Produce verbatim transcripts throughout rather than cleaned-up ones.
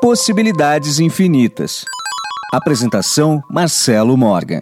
Possibilidades infinitas. Apresentação: Marcelo Morgan.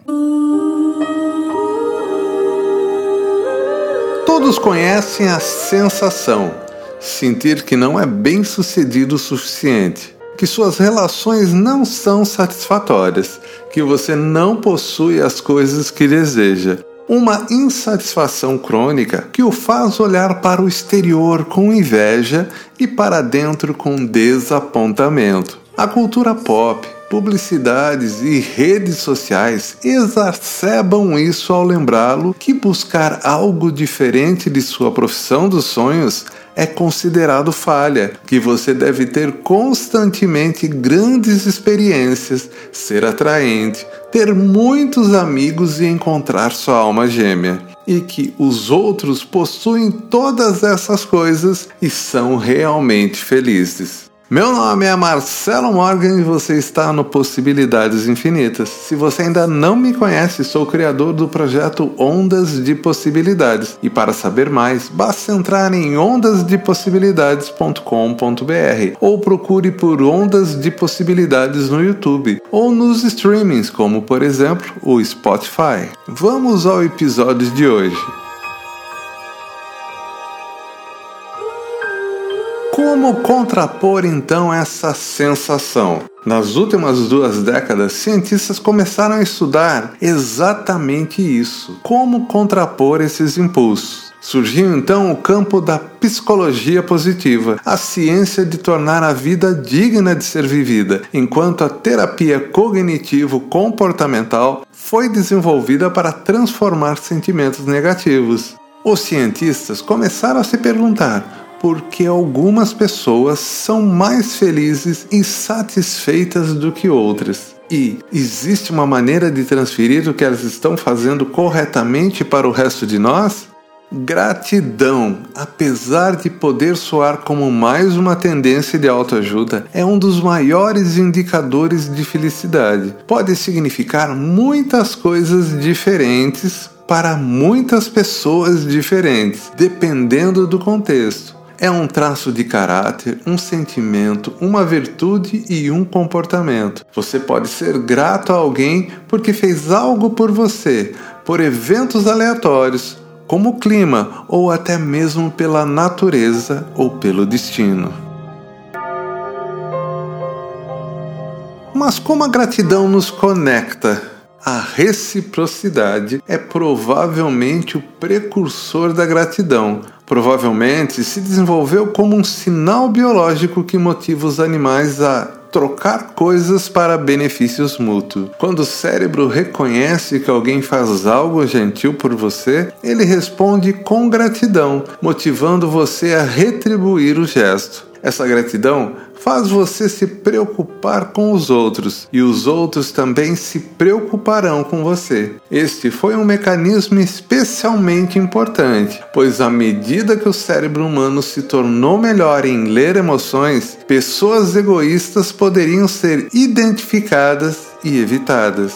Todos conhecem a sensação, sentir que não é bem-sucedido o suficiente, que suas relações não são satisfatórias, que você não possui as coisas que deseja. Uma insatisfação crônica que o faz olhar para o exterior com inveja e para dentro com desapontamento. A cultura pop, publicidades e redes sociais exacerbam isso ao lembrá-lo que buscar algo diferente de sua profissão dos sonhos é considerado falha, que você deve ter constantemente grandes experiências, ser atraente, ter muitos amigos e encontrar sua alma gêmea, e que os outros possuem todas essas coisas e são realmente felizes. Meu nome é Marcelo Morgan e você está no Possibilidades Infinitas. Se você ainda não me conhece, sou o criador do projeto Ondas de Possibilidades. E para saber mais, basta entrar em ondas de possibilidades ponto com ponto b r ou procure por Ondas de Possibilidades no YouTube ou nos streamings, como por exemplo o Spotify. Vamos ao episódio de hoje. Como contrapor então essa sensação? Nas últimas duas décadas, cientistas começaram a estudar exatamente isso. Como contrapor esses impulsos? Surgiu então o campo da psicologia positiva, a ciência de tornar a vida digna de ser vivida, enquanto a terapia cognitivo-comportamental foi desenvolvida para transformar sentimentos negativos. Os cientistas começaram a se perguntar: porque algumas pessoas são mais felizes e satisfeitas do que outras. E existe uma maneira de transferir o que elas estão fazendo corretamente para o resto de nós? Gratidão, apesar de poder soar como mais uma tendência de autoajuda, é um dos maiores indicadores de felicidade. Pode significar muitas coisas diferentes para muitas pessoas diferentes, dependendo do contexto. É um traço de caráter, um sentimento, uma virtude e um comportamento. Você pode ser grato a alguém porque fez algo por você, por eventos aleatórios, como o clima, ou até mesmo pela natureza ou pelo destino. Mas como a gratidão nos conecta? A reciprocidade é provavelmente o precursor da gratidão. Provavelmente se desenvolveu como um sinal biológico que motiva os animais a trocar coisas para benefícios mútuos. Quando o cérebro reconhece que alguém faz algo gentil por você, ele responde com gratidão, motivando você a retribuir o gesto. Essa gratidão faz você se preocupar com os outros e os outros também se preocuparão com você. Este foi um mecanismo especialmente importante, pois à medida que o cérebro humano se tornou melhor em ler emoções, pessoas egoístas poderiam ser identificadas e evitadas.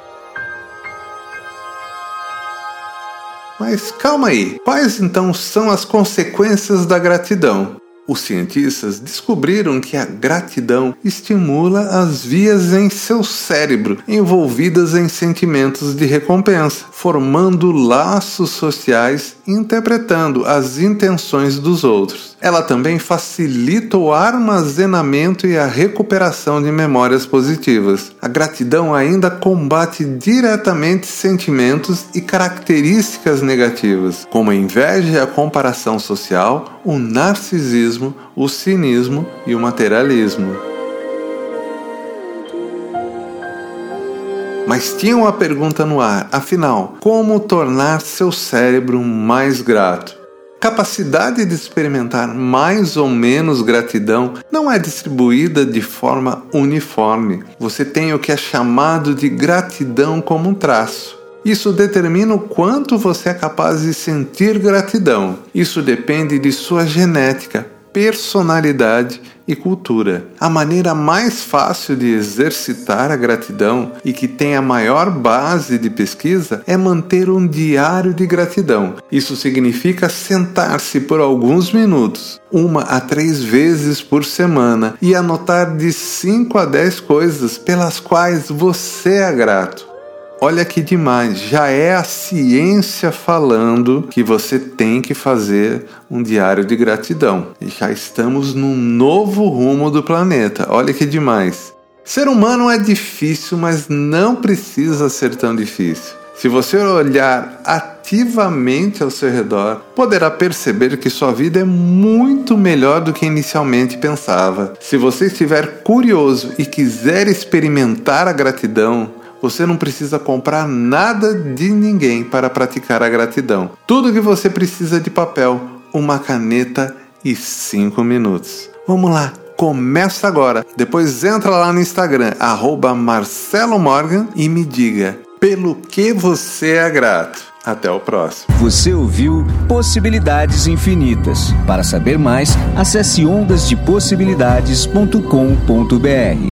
Mas calma aí, quais então são as consequências da gratidão? Os cientistas descobriram que a gratidão estimula as vias em seu cérebro envolvidas em sentimentos de recompensa, formando laços sociais e interpretando as intenções dos outros. Ela também facilita o armazenamento e a recuperação de memórias positivas. A gratidão ainda combate diretamente sentimentos e características negativas, como a inveja e a comparação social, o narcisismo, o cinismo e o materialismo. Mas tinha uma pergunta no ar, afinal, como tornar seu cérebro mais grato? Capacidade de experimentar mais ou menos gratidão não é distribuída de forma uniforme. Você tem o que é chamado de gratidão como um traço. Isso determina o quanto você é capaz de sentir gratidão. Isso depende de sua genética, personalidade e cultura. A maneira mais fácil de exercitar a gratidão e que tem a maior base de pesquisa é manter um diário de gratidão. Isso significa sentar-se por alguns minutos, uma a três vezes por semana, e anotar de cinco a dez coisas pelas quais você é grato. Olha que demais, já é a ciência falando que você tem que fazer um diário de gratidão. E já estamos num novo rumo do planeta, olha que demais. Ser humano é difícil, mas não precisa ser tão difícil. Se você olhar ativamente ao seu redor, poderá perceber que sua vida é muito melhor do que inicialmente pensava. Se você estiver curioso e quiser experimentar a gratidão, você não precisa comprar nada de ninguém para praticar a gratidão. Tudo que você precisa é de papel, uma caneta e cinco minutos. Vamos lá, começa agora. Depois entra lá no Instagram, arroba Marcelo Morgan, e me diga pelo que você é grato. Até o próximo. Você ouviu Possibilidades Infinitas. Para saber mais, acesse ondas de possibilidades ponto com ponto br.